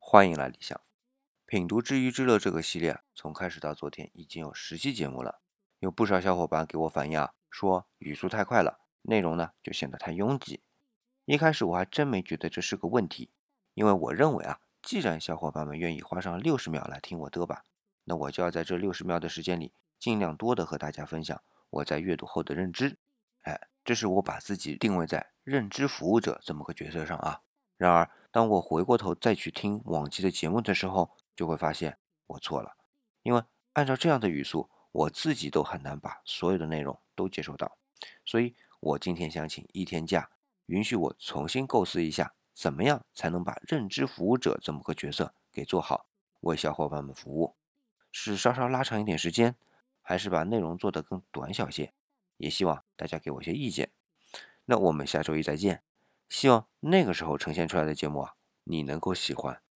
欢迎来理想。品读知娱之乐这个系列从开始到昨天已经有10期节目了，有不少小伙伴给我反映说语速太快了，内容呢就显得太拥挤。一开始我还真没觉得这是个问题，因为我认为既然小伙伴们愿意花上60秒来听我嘚吧，那我就要在这60秒的时间里尽量多的和大家分享我在阅读后的认知。这是我把自己定位在认知服务者这么个角色上。然而当我回过头再去听往期的节目的时候，就会发现我错了，因为按照这样的语速，我自己都很难把所有的内容都接收到。所以我今天想请1天假，允许我重新构思一下，怎么样才能把认知服务者这么个角色给做好，为小伙伴们服务。是稍稍拉长一点时间，还是把内容做得更短小些？也希望大家给我一些意见。那我们下周一再见，希望那个时候呈现出来的节目你能够喜欢。